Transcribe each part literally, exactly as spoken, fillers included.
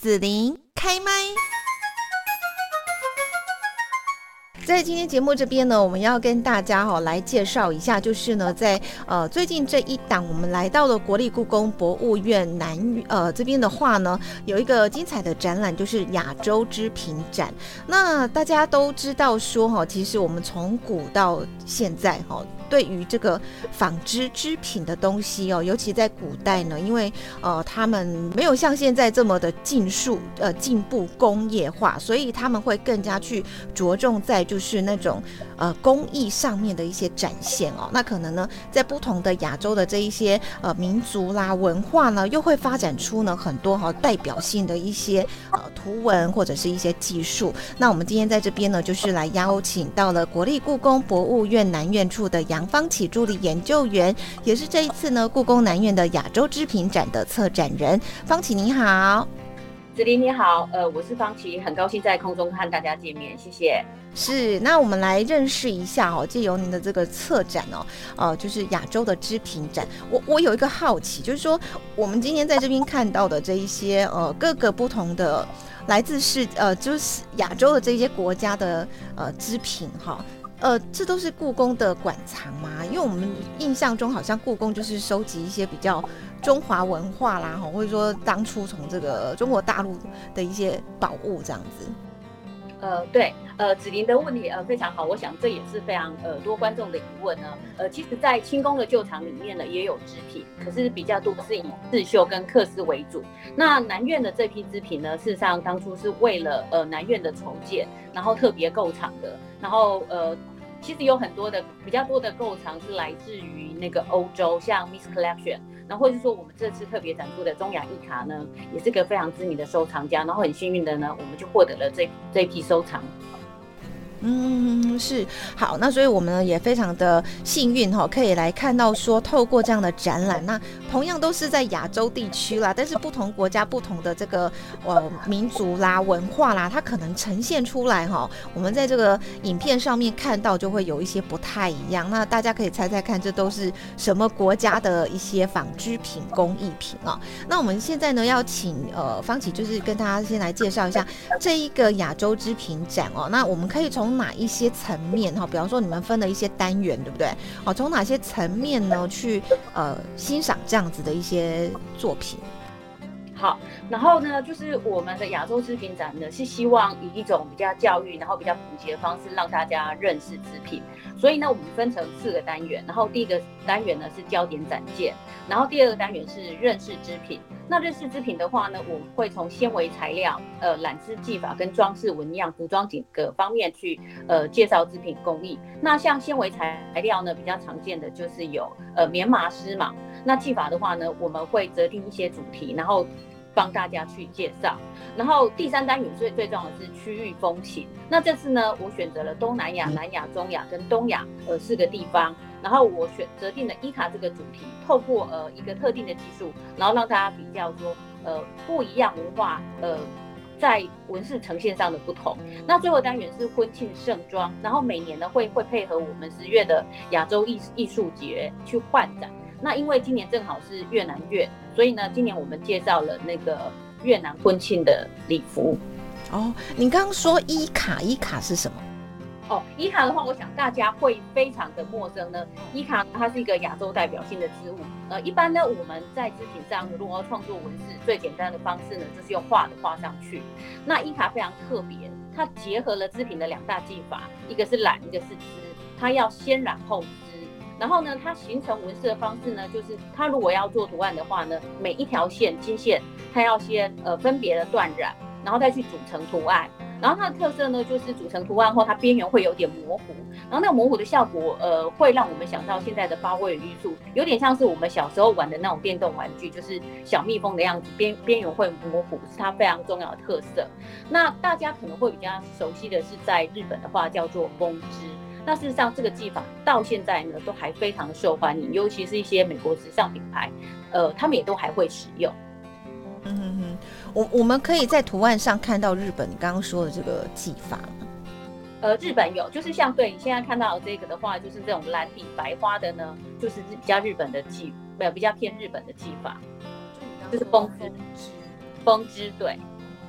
子琳开麦。在今天节目这边呢，我们要跟大家哈、哦、来介绍一下，就是呢，在呃最近这一档，我们来到了国立故宫博物院南呃这边的话呢，有一个精彩的展览，就是亚洲织品展。那大家都知道说哈、哦，其实我们从古到现在哈、哦。对于这个纺织织品的东西哦，尤其在古代呢，因为呃他们没有像现在这么的进速呃进步工业化，所以他们会更加去着重在就是那种呃工艺上面的一些展现哦。那可能呢，在不同的亚洲的这一些呃民族啦文化呢，又会发展出呢很多哈、哦、代表性的一些呃图文或者是一些技术。那我们今天在这边呢，就是来邀请到了国立故宫博物院南院处的杨方启助理研究员，也是这一次呢故宫南院的亚洲织品展的策展人。方启你好。 子琳你好，呃，我是方琦，很高兴在空中和大家见面，谢谢。 是，那我们来认识一下哦，借由您的这个策展哦，呃，就是亚洲的织品展。我我有一个好奇，就是说我们今天在这边看到的这一些呃各个不同的来自世呃就是亚洲的这些国家的呃织品哈。呃，这都是故宫的馆藏吗？因为我们印象中好像故宫就是收集一些比较中华文化啦，或者说当初从这个中国大陆的一些宝物这样子。 呃，对，呃，子琳的问题呃非常好，我想这也是非常呃多观众的疑问呢。呃，其实，在清宫的旧藏里面呢，也有织品，可是比较多是以刺绣跟缂丝为主。那南院的这批织品呢，事实上当初是为了呃南院的重建，然后特别购藏的，然后呃。其实有很多的比较多的购藏是来自于那个欧洲，像 Miss Collection， 然后或者说我们这次特别展出的中亚一卡呢，也是个非常知名的收藏家，然后很幸运的呢，我们就获得了这这批收藏。 嗯，是好，那所以我们呢也非常的幸运哈、哦，可以来看到说，透过这样的展览，那同样都是在亚洲地区啦，但是不同国家、不同的这个呃民族啦、文化啦，它可能呈现出来哈、哦，我们在这个影片上面看到就会有一些不太一样。那大家可以猜猜看，这都是什么国家的一些纺织品、工艺品啊、哦？那我们现在呢要请呃方琦，就是跟大家先来介绍一下这一个亚洲织品展哦。那我们可以从哪一些层面哈，比方说你们分了一些单元，对不对？哦，从哪些层面呢去呃欣赏这样子的一些作品？ 好，然后呢，就是我们的亚洲织品展呢，是希望以一种比较教育，然后比较普及的方式，让大家认识织品。所以呢，我们分成四个单元，然后第一个单元呢是焦点展件，然后第二个单元是认识织品。那认识织品的话呢，我们会从纤维材料、呃染织技法跟装饰纹样、服装几个方面去呃介绍织品工艺。那像纤维材料呢，比较常见的就是有呃棉麻丝嘛。那技法的话呢，我们会择定一些主题，然后帮大家去介绍。然后第三单元最最重要的是区域风情。那这次呢，我选择了东南亚、南亚、中亚跟东亚呃四个地方。然后我选择定了伊卡这个主题，透过呃一个特定的技术，然后让大家比较说呃不一样文化呃在纹饰呈现上的不同。那最后单元是婚庆盛装，然后每年呢会会配合我们十月的亚洲艺艺术节去换展。那因为今年正好是越南月，所以呢，今年我们介绍了那个越南婚庆的礼服。 哦，你刚刚说伊卡，伊卡是什么？ 哦，伊卡的话，我想大家会非常的陌生呢。伊卡它是一个亚洲代表性的织物，呃，一般呢我们在织品上如果要创作纹饰，最简单的方式呢就是用画的画上去。那伊卡非常特别，它结合了织品的两大技法，一个是染，一个是织，它要先染后织。然后呢，它形成纹饰的方式呢，就是它如果要做图案的话呢，每一条线经线，它要先呃分别的断染，然后再去组成图案。然后它的特色呢，就是组成图案后，它边缘会有点模糊，然后那个模糊的效果，呃，会让我们想到现在的八位元艺术，有点像是我们小时候玩的那种电动玩具，就是小蜜蜂的样子，边边缘会模糊，是它非常重要的特色。那大家可能会比较熟悉的是，在日本的话叫做风织。那事实上，这个技法到现在呢，都还非常受欢迎，尤其是一些美国时尚品牌，呃，他们也都还会使用。 嗯哼哼，我我们可以在图案上看到日本你刚刚说的这个技法吗？ 呃，日本有，就是像对你现在看到的这个的话，就是这种蓝底白花的呢，就是比较日本的技，没有比较偏日本的技法，就是风织，风织对。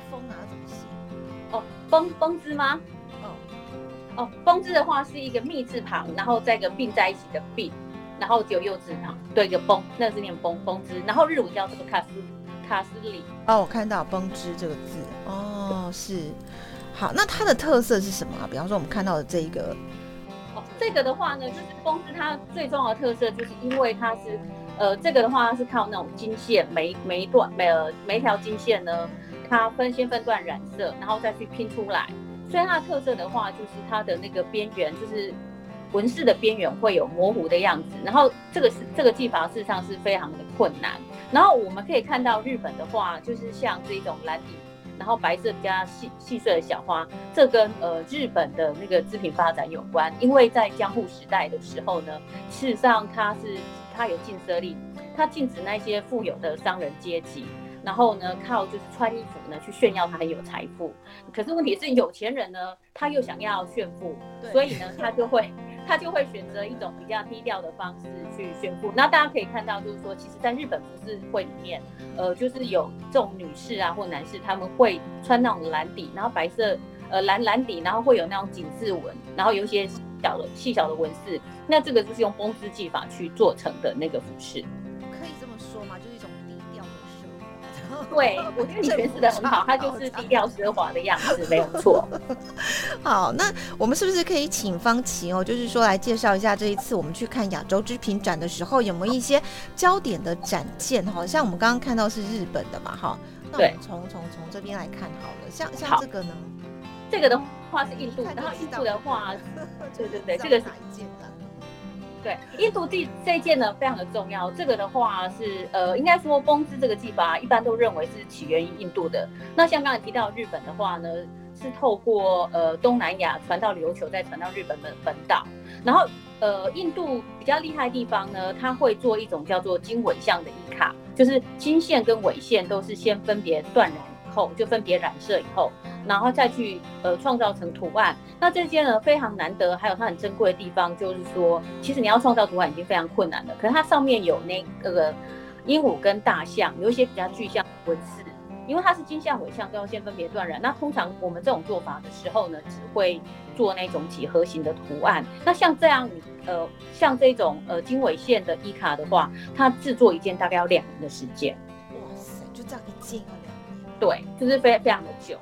风啊怎么写？ 哦，风风之吗？ 哦哦，风之的话是一个密字旁，然后再一个并在一起的并，然后只有右字旁，对，一个风，那是念风风之，然后日文叫这个卡斯卡斯里。 哦，我看到风之这个字，哦，是。好，那它的特色是什么啊？比方说我们看到的这一个， 哦，这个的话呢，就是风之它最重要的特色，就是因为它是，呃，这个的话是靠那种金线，每每一段每呃每一条金线呢，它分先分段染色，然后再去拼出来。所以它的特色的话，就是它的那个边缘，就是纹饰的边缘会有模糊的样子。然后这个是这个技法事实上是非常的困难。然后我们可以看到日本的话，就是像这种蓝底，然后白色比较细细碎的小花，这跟呃日本的那个织品发展有关。因为在江户时代的时候呢，事实上它是它有禁奢令，它禁止那些富有的商人阶级。然后呢，靠就是穿衣服呢去炫耀他很有财富。可是问题是有钱人呢，他又想要炫富，所以呢，他就会他就会选择一种比较低调的方式去炫富。那大家可以看到，就是说，其实在日本服饰会里面，呃，就是有这种女士啊或男士，他们会穿那种蓝底，然后白色呃蓝蓝底，然后会有那种井字纹，然后有一些小的细小的纹饰。那这个就是用风织技法去做成的那个服饰。 可以这么说吗？就是一种低调的奢华。 对，我觉得你诠释的很好，它就是低调奢华的样子，没有错。 好，那我们是不是可以请方琦哦，就是说来介绍一下这一次我们去看亚洲织品展的时候，有没有一些焦点的展件？哈，像我们刚刚看到是日本的嘛，哈，那我们从从从这边来看好了，像像这个呢， 这个的话是印度，然后印度的话，对对对，这个是哪一件呢？ 对，印度这这一件呢非常的重要。这个的话是呃，应该说风织这个技法一般都认为是起源于印度的。那像刚才提到日本的话呢，是透过呃东南亚传到琉球，再传到日本的本岛。然后呃，印度比较厉害的地方呢，它会做一种叫做经纬线的伊卡，就是经线跟纬线都是先分别断染以后，就分别染色以后。然后再去呃创造成图案。那这些呢非常难得，还有它很珍贵的地方，就是说，其实你要创造图案已经非常困难了，可是它上面有那个鹦鹉跟大象，有一些比较具象的纹饰，因为它是经线纬线都要先分别断染。那通常我们这种做法的时候呢，只会做那种几何形的图案。那像这样你呃像这种呃经纬线的伊卡的话，它制作一件大概要两年的时间。 哇塞，就这样一件要两年？ 对，就是非非常的久。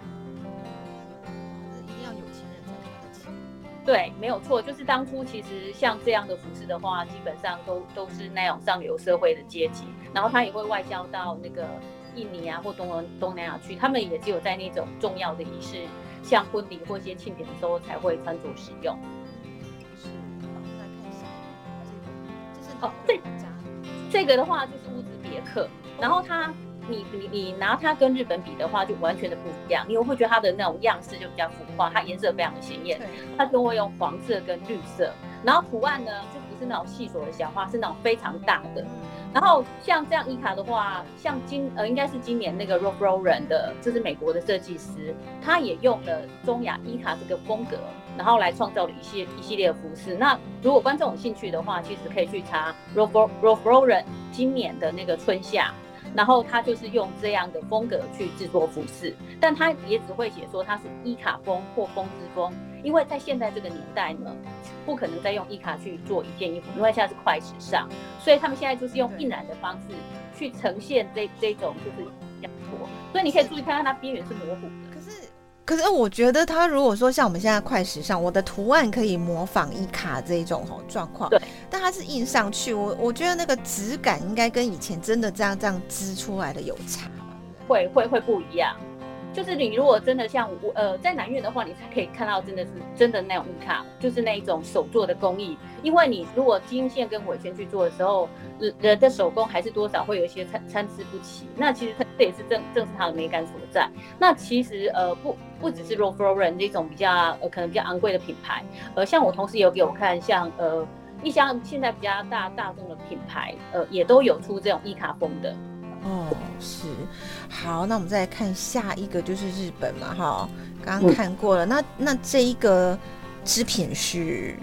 对，没有错，就是当初其实像这样的服饰的话，基本上都都是那种上流社会的阶级，然后他也会外销到那个印尼啊或东东南亚去，他们也只有在那种重要的仪式，像婚礼或一些庆典的时候才会穿着使用。 是，好，来看一下这个，这是哦，这这个的话就是乌兹别克，然后它。你你你拿它跟日本比的话，就完全的不一样。你会觉得它的那种样式就比较浮夸，它颜色非常的鲜艳，它就会用黄色跟绿色，然后图案呢就不是那种细琐的小花，是那种非常大的。然后像这样伊卡的话，像今呃应该是今年那个 Ralph Lauren 的，就是美国的设计师，他也用了中亚伊卡这个风格，然后来创造了一系一系列的服饰。那如果观众有兴趣的话，其实可以去查 Ralph Ralph Lauren 今年的那个春夏。然后他就是用这样的风格去制作服饰，但他也只会写说它是伊卡风或风之风，因为在现在这个年代呢，不可能再用伊卡去做一件衣服，因为现在是快时尚，所以他们现在就是用印染的方式去呈现这这种就是样脱，所以你可以注意看看它边缘是模糊的。 可是可是我觉得它如果说像我们现在快时尚，我的图案可以模仿伊卡这一种状况， 对， 但它是印上去，我我觉得那个质感应该跟以前真的这样这样织出来的有差， 会会会不一样。就是你如果真的像我呃在南院的话，你才可以看到真的是真的那种伊卡，就是那一种手做的工艺。因为你如果经线跟纬线去做的时候，人的手工还是多少会有一些参参差不齐。那其实这也是正正是它的美感所在。那其实呃不不只是 Ralph Lauren 这种比较呃可能比较昂贵的品牌，呃像我同事有给我看，像呃一项现在比较大大众的品牌，呃也都有出这种伊卡风的。 哦，是，好，那我们再来看下一个，就是日本嘛，哈，刚刚看过了，嗯、那那这一个织品是，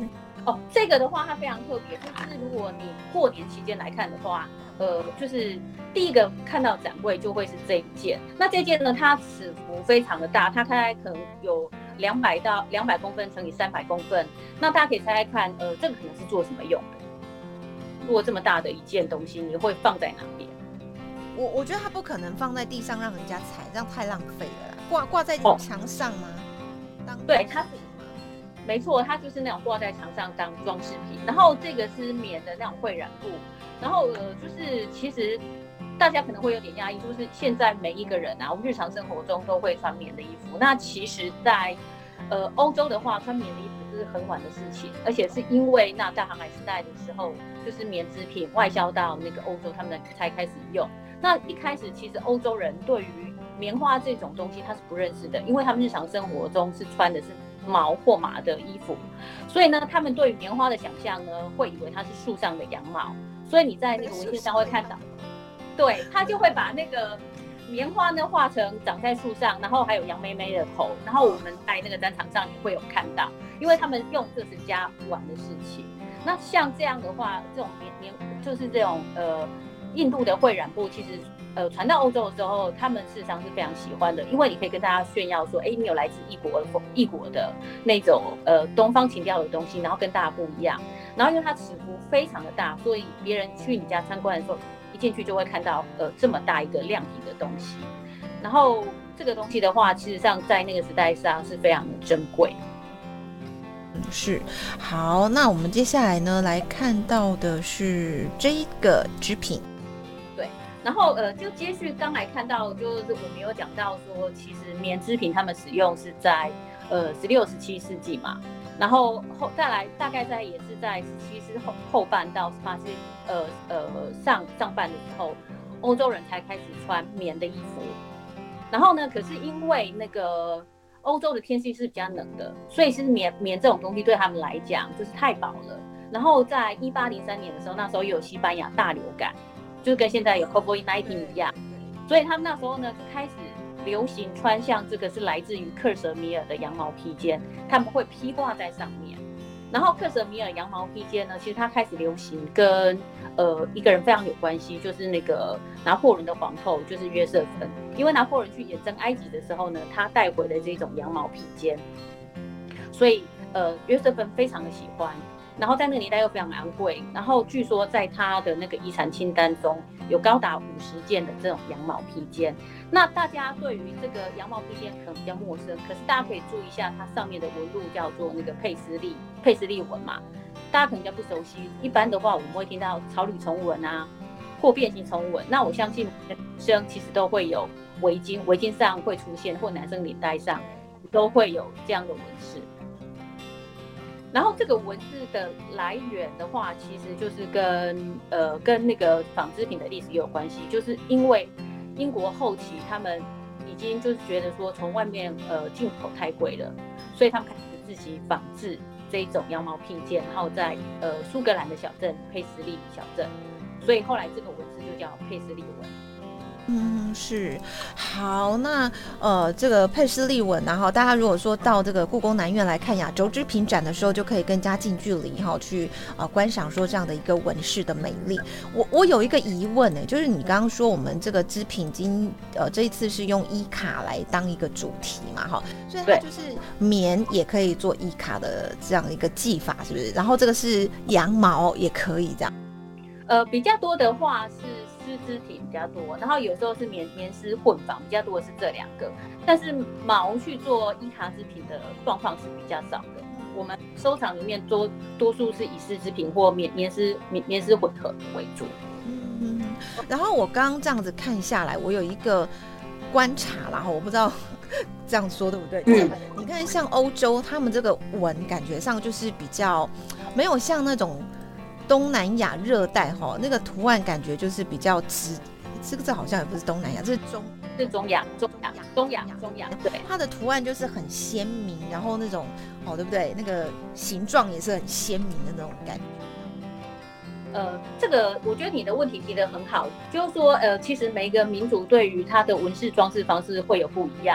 哦，这个的话它非常特别，就是如果你过年期间来看的话，呃，就是第一个看到展柜就会是这一件。那这件呢，它尺幅非常的大，它大概可能有两百到两百公分乘以三百公分。那大家可以猜猜看，呃，这个可能是做什么用的？如果这么大的一件东西，你会放在哪边？ 我我觉得它不可能放在地上让人家踩，这样太浪费了啦。挂挂在墙上吗？ 哦、对，它是。没错，它就是那种挂在墙上当装饰品，然后这个是棉的那种会染布，然后呃，就是其实大家可能会有点压抑，就是现在每一个人啊，我们日常生活中都会穿棉的衣服，那其实在呃欧洲的话，穿棉的衣服是很晚的事情，而且是因为那大航海时代的时候，就是棉织品外销到那个欧洲，他们才开始用。那一开始其实欧洲人对于棉花这种东西他是不认识的，因为他们日常生活中是穿的是毛或麻的衣服，所以呢，他们对于棉花的想象呢，会以为它是树上的羊毛，所以你在那个文献上会看到，对，他就会把那个棉花呢画成长在树上，然后还有羊妹妹的头，然后我们在那个展场上也会有看到，因为他们用这是家玩的事情。那像这样的话，这种棉棉就是这种呃印度的会染布，其实呃传到欧洲的时候，他们事实上是非常喜欢的，因为你可以跟大家炫耀说，哎，你有来自异国的异国的那种呃东方情调的东西，然后跟大家不一样。然后因为它尺幅非常的大，所以别人去你家参观的时候，一进去就会看到呃这么大一个亮体的东西。然后这个东西的话，其实上在那个时代上是非常的珍贵。 是，好，那我们接下来呢来看到的是这个织品。 对，然后呃，就接续刚才看到，就是我们有讲到说，其实棉织品他们使用是在呃十六、十七世纪嘛，然后后再来大概在也是在十七世后后半到十八世呃呃上上半的时候，欧洲人才开始穿棉的衣服。然后呢，可是因为那个欧洲的天气是比较冷的，所以是棉棉这种东西对他们来讲就是太薄了。然后在一八零三年的时候，那时候又有西班牙大流感，就跟现在有 COVID 十九 一样，所以他们那时候呢就开始流行穿像这个是来自于克什米尔的羊毛披肩，他们会披挂在上面。然后克什米尔羊毛披肩呢，其实它开始流行跟呃一个人非常有关系，就是那个拿破仑的皇后，就是约瑟芬。因为拿破仑去远征埃及的时候呢，他带回了这种羊毛披肩，所以呃约瑟芬非常的喜欢。然后在那个年代又非常昂贵，然后据说在他的那个遗产清单中有高达五十件的这种羊毛披肩。那大家对于这个羊毛披肩可能比较陌生，可是大家可以注意一下它上面的纹路叫做那个佩斯利佩斯利纹嘛，大家可能比较不熟悉。一般的话我们会听到草履虫纹啊或变形虫纹，那我相信女生其实都会有围巾，围巾上会出现，或男生领带上都会有这样的纹饰。然后这个文字的来源的话，其实就是跟呃跟那个纺织品的历史也有关系，就是因为英国后期他们已经就是觉得说从外面呃进口太贵了，所以他们开始自己仿制这一种羊毛披肩，然后在呃苏格兰的小镇佩斯利小镇，所以后来这个文字就叫佩斯利纹。 嗯，是，好，那呃，这个佩斯利纹，然后大家如果说到这个故宫南院来看亚洲织品展的时候，就可以更加近距离哈去呃观赏说这样的一个纹饰的美丽。我我有一个疑问呢，就是你刚刚说我们这个织品今呃这一次是用伊卡来当一个主题嘛哈，所以它就是棉也可以做伊卡的这样一个技法，是不是？然后这个是羊毛也可以这样？ 呃，比较多的话是丝织品比较多，然后有时候是棉棉丝混纺，比较多的是这两个。但是毛去做伊卡织品的状况是比较少的。我们收藏里面多多数是以丝织品或棉棉丝棉棉丝混合为主。 嗯，然后我刚刚这样子看下来，我有一个观察啦，我不知道这样说对不对？嗯，你看像欧洲，他们这个纹感觉上就是比较没有像那种东南亚热带哈，那个图案感觉就是比较直，这个字好像也不是东南亚，这是中， 是中亚，中亚，中亚，中亚，对， 它的图案就是很鲜明，然后那种哦，对不对？那个形状也是很鲜明的那种感觉。 呃，这个我觉得你的问题提得很好，就是说，呃，其实每一个民族对于它的纹饰装饰方式会有不一样。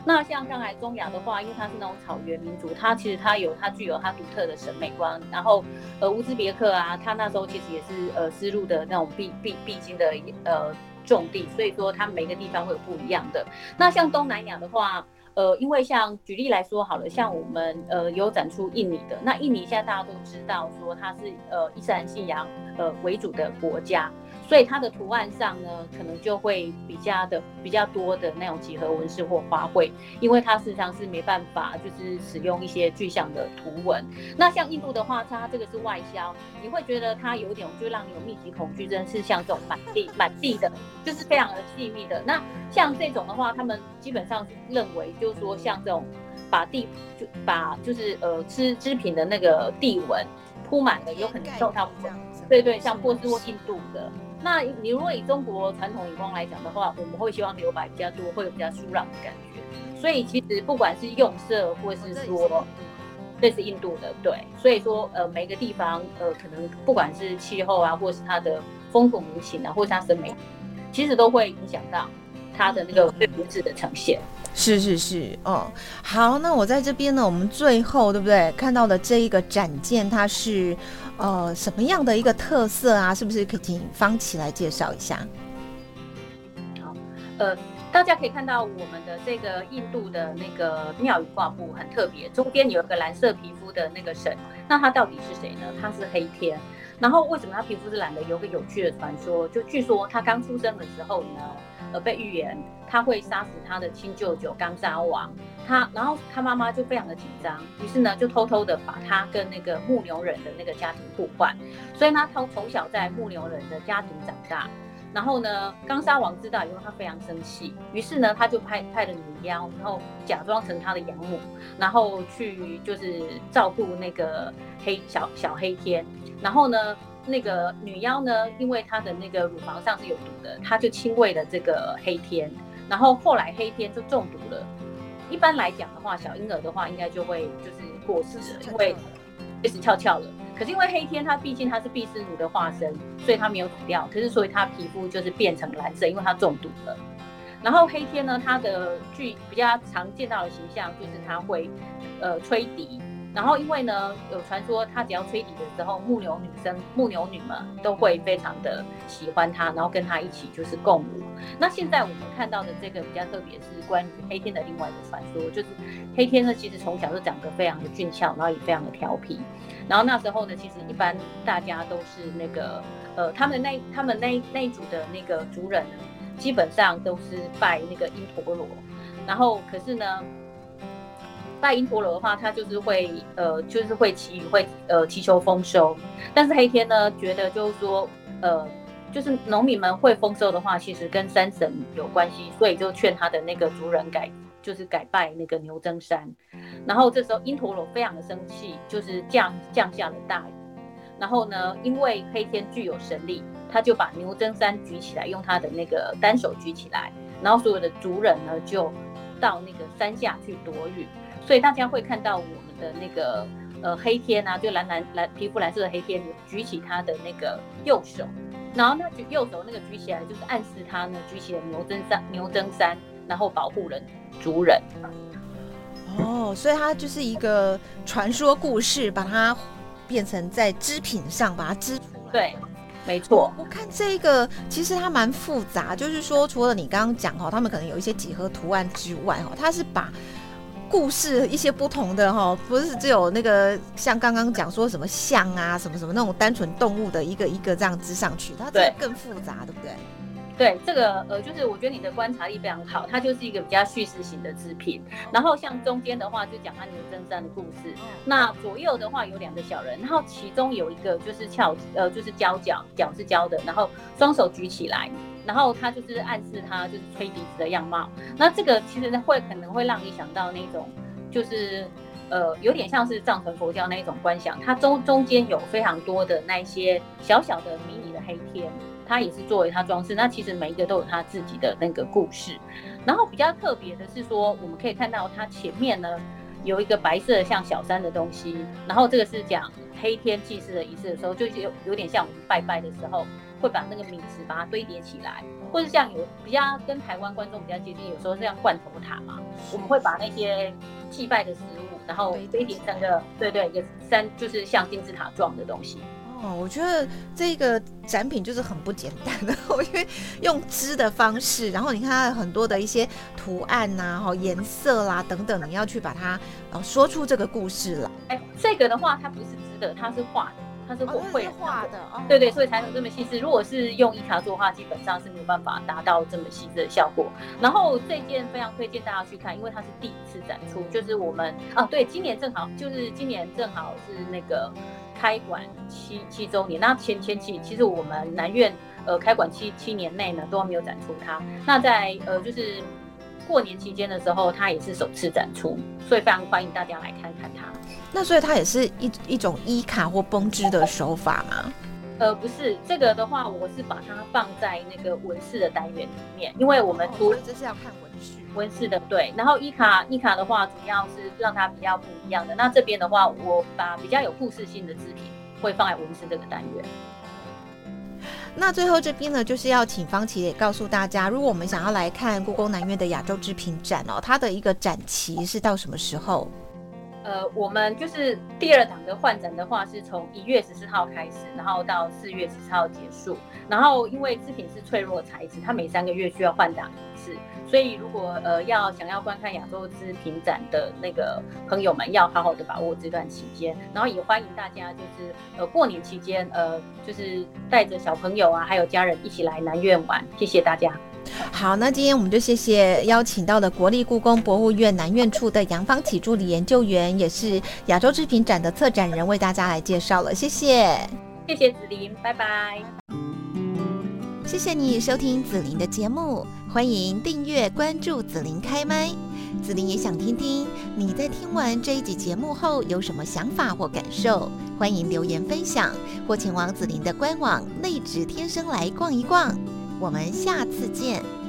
那像刚才中亚的话，因为它是那种草原民族，它其实它有它具有它独特的审美观。然后呃乌兹别克啊，它那时候其实也是呃丝路的那种必必必经的呃重地，所以说它每个地方会有不一样的。那像东南亚的话，呃，因为像举例来说好了，像我们呃有展出印尼的，那印尼现在大家都知道说它是呃伊斯兰信仰呃为主的国家，所以它的图案上呢，可能就会比较的比较多的那种几何纹饰或花卉，因为它事实上是没办法就是使用一些具象的图文。那像印度的话，它这个是外销，你会觉得它有一点就让你有密集恐惧症，是像这种满地满地的，就是非常的细密的。那像这种的话，他们基本上是认为就是说像这种把地就把就是呃织织品的那个地纹铺满了，有可能受到对对，像波斯或印度的。那你如果以中国传统眼光来讲的话，我们会希望留白比较多，会有比较舒朗的感觉。所以其实不管是用色，或是说这是印度的，对，所以说呃每个地方呃可能不管是气候啊，或是它的风土民情啊，或是它审美，其实都会影响到它的那个对文字的呈现。 是是是，哦，好，那我在这边呢，我们最后对不对看到的这一个展件，它是呃什么样的一个特色啊？是不是可以请方琦来介绍一下？ 好，呃，大家可以看到我们的这个印度的那个庙宇挂布很特别，中间有一个蓝色皮肤的那个神，那他到底是谁呢？他是黑天。然后为什么他皮肤是蓝的？有个有趣的传说，就据说他刚出生的时候呢，呃，被预言他会杀死他的亲舅舅刚沙王，他然后他妈妈就非常的紧张，于是呢就偷偷的把他跟那个牧牛人的那个家庭互换，所以呢他从小在牧牛人的家庭长大。然后呢，刚沙王知道以后，他非常生气，于是呢，他就派派了女妖，然后假装成他的养母，然后去就是照顾那个黑小小黑天。然后呢，那个女妖呢，因为她的那个乳房上是有毒的，她就亲喂了这个黑天。然后后来黑天就中毒了。一般来讲的话，小婴儿的话应该就会就是过世了，因为被死翘翘了。可是因为黑天他毕竟他是毗湿奴的化身，所以他没有死掉，可是所以他皮肤就是变成蓝色，因为他中毒了。然后黑天呢，他的剧比较常见到的形象就是他会呃吹笛，然后因为呢有传说他只要吹笛的时候，牧牛女生牧牛女们都会非常的喜欢他，然后跟他一起就是共舞。那现在我们看到的这个比较特别是关于黑天的另外一个传说，就是黑天呢其实从小就长得非常的俊俏，然后也非常的调皮。然后那时候呢，其实一般大家都是那个呃，他们那他们那那一组的那个族人呢，基本上都是拜那个因陀罗。然后可是呢，拜因陀罗的话，他就是会呃，就是会祈雨，会呃祈求丰收。但是黑天呢，觉得就是说呃，就是农民们会丰收的话，其实跟山神有关系，所以就劝他的那个族人改。就是改拜那个牛增山，然后这时候因陀罗非常的生气，就是降降下了大雨。然后呢，因为黑天具有神力，他就把牛增山举起来，用他的那个单手举起来，然后所有的族人呢就到那个山下去躲雨。所以大家会看到我们的那个呃黑天啊，就蓝蓝蓝皮肤蓝色的黑天举起他的那个右手，然后那举右手那个举起来，就是暗示他呢举起了牛增山牛增山，然后保护人。族人哦，所以它就是一个传说故事，把它变成在织品上把它织出来。 对，没错。 我看这个其实它蛮复杂，就是说除了你刚刚讲哈，他们可能有一些几何图案之外哈，它是把故事一些不同的哈，不是只有那个像刚刚讲说什么象啊什么什么那种单纯动物的一个一个这样织上去，它这个更复杂，对不对？ 对，这个呃，就是我觉得你的观察力非常好，它就是一个比较叙事型的织品。然后像中间的话就讲他牛增山的故事，那左右的话有两个小人，然后其中有一个就是翘呃就是交脚，脚是交的，然后双手举起来，然后他就是暗示他就是吹笛子的样貌。那这个其实会可能会让你想到那种就是呃有点像是藏传佛教那一种观想，它中中间有非常多的那一些小小的迷你的黑天。它也是作为它装饰，那其实每一个都有它自己的那个故事。然后比较特别的是说，我们可以看到它前面呢有一个白色的像小山的东西，然后这个是讲黑天祭祀的仪式的时候，就有有点像我们拜拜的时候会把那个米纸把它堆叠起来， 或是像有比较跟台湾观众比较接近，有时候是像罐头塔嘛，我们会把那些祭拜的食物，然后飞碟成个对对一个三就是像金字塔状的东西。 哦，我觉得这个展品就是很不简单的，因为用织的方式，然后你看它很多的一些图案呐、啊、颜色啦等等，你要去把它、呃、说出这个故事来。 哎，这个的话它不是织的，它是画的。它是绘画的，哦、 对对，所以才有这么细致。如果是用伊卡作画，基本上是没有办法达到这么细致的效果。然后这件非常推荐大家去看，因为它是第一次展出，就是我们啊，对，今年正好就是今年正好是那个开馆七七周年。那前前期其实我们南院呃开馆七七年内呢都没有展出它。那在呃就是过年期间的时候，它也是首次展出，所以非常欢迎大家来看看它。 那所以它也是 一, 一种伊卡或绷织的手法吗？ 呃，不是，这个的话，我是把它放在那个纹饰的单元里面，因为我们除了、哦、这是要看纹饰， 纹饰的对。然后伊卡伊卡的话，主要是让它比较不一样的。那这边的话，我把比较有故事性的织品会放在纹饰这个单元。 那最后这边呢，就是要请方琦也告诉大家，如果我们想要来看故宫南院的亚洲织品展哦，它的一个展期是到什么时候？ 呃，我们就是第二档的换展的话，是从一月十四号开始，然后到四月十四号结束。然后因为织品是脆弱材质，它每三个月需要换档一次，所以如果呃要想要观看亚洲织品展的那个朋友们，要好好的把握这段期间。然后也欢迎大家就是呃过年期间呃就是带着小朋友啊，还有家人一起来南院玩。谢谢大家。 好，那今天我们就谢谢邀请到了国立故宫博物院南院处的杨方琦助理研究员，也是亚洲织品展的策展人，为大家来介绍了。谢谢， 谢谢子琳，拜拜。 谢谢你收听子琳的节目，欢迎订阅关注子琳开麦。子琳也想听听你在听完这一集节目后有什么想法或感受，欢迎留言分享，或前往子琳的官网内职天生来逛一逛。我们下次见。